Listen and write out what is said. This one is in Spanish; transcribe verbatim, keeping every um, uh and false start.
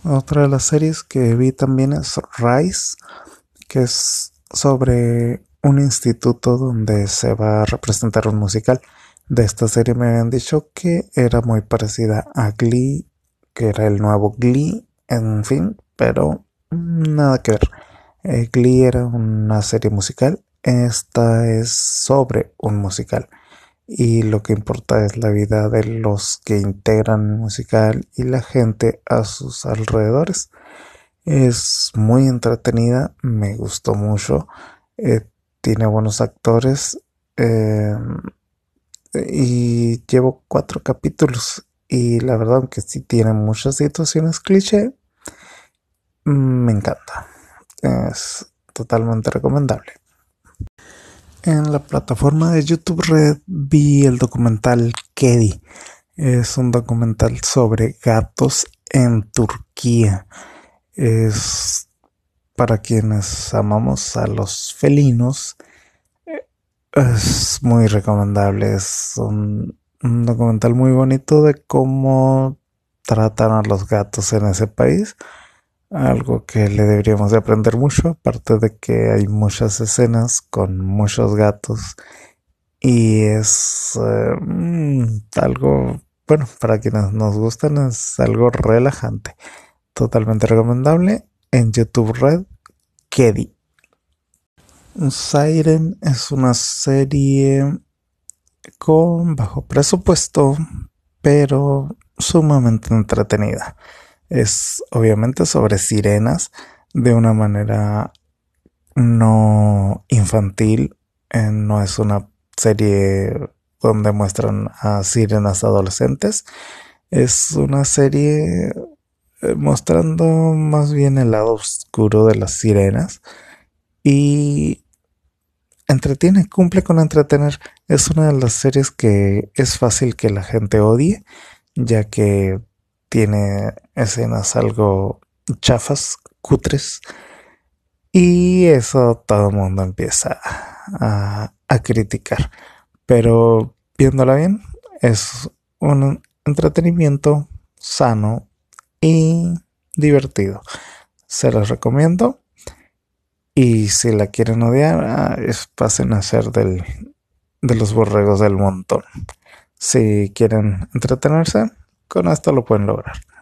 Otra de las series que vi también es Rise, que es sobre un instituto donde se va a representar un musical. De esta serie me habían dicho que era muy parecida a Glee, que era el nuevo Glee, en fin, pero nada que ver. Eh, Glee era una serie musical, esta es sobre un musical y lo que importa es la vida de los que integran el musical y la gente a sus alrededores. Es muy entretenida, me gustó mucho, eh, tiene buenos actores eh, y llevo cuatro capítulos y la verdad, aunque sí tiene muchas situaciones cliché, me encanta. Es totalmente recomendable. En la plataforma de YouTube Red vi el documental Kedi. Es un documental sobre gatos en Turquía. Es para quienes amamos a los felinos. Es muy recomendable. Es un, un documental muy bonito de cómo tratan a los gatos en ese país. Algo que le deberíamos de aprender mucho, aparte de que hay muchas escenas con muchos gatos y es eh, mm, algo, bueno, para quienes nos gustan es algo relajante, totalmente recomendable en YouTube Red, Kedi. Siren es una serie con bajo presupuesto, pero sumamente entretenida. Es obviamente sobre sirenas de una manera no infantil. Eh, no es una serie donde muestran a sirenas adolescentes. Es una serie eh, mostrando más bien el lado oscuro de las sirenas y entretiene, cumple con entretener. Es una de las series que es fácil que la gente odie, ya que tiene escenas algo chafas, cutres, y eso todo el mundo empieza a, a criticar. Pero viéndola bien, es un entretenimiento sano y divertido. Se los recomiendo. Y si la quieren odiar, ah, es, pasen a ser del, de los borregos del montón. Si quieren entretenerse, con esto lo pueden lograr.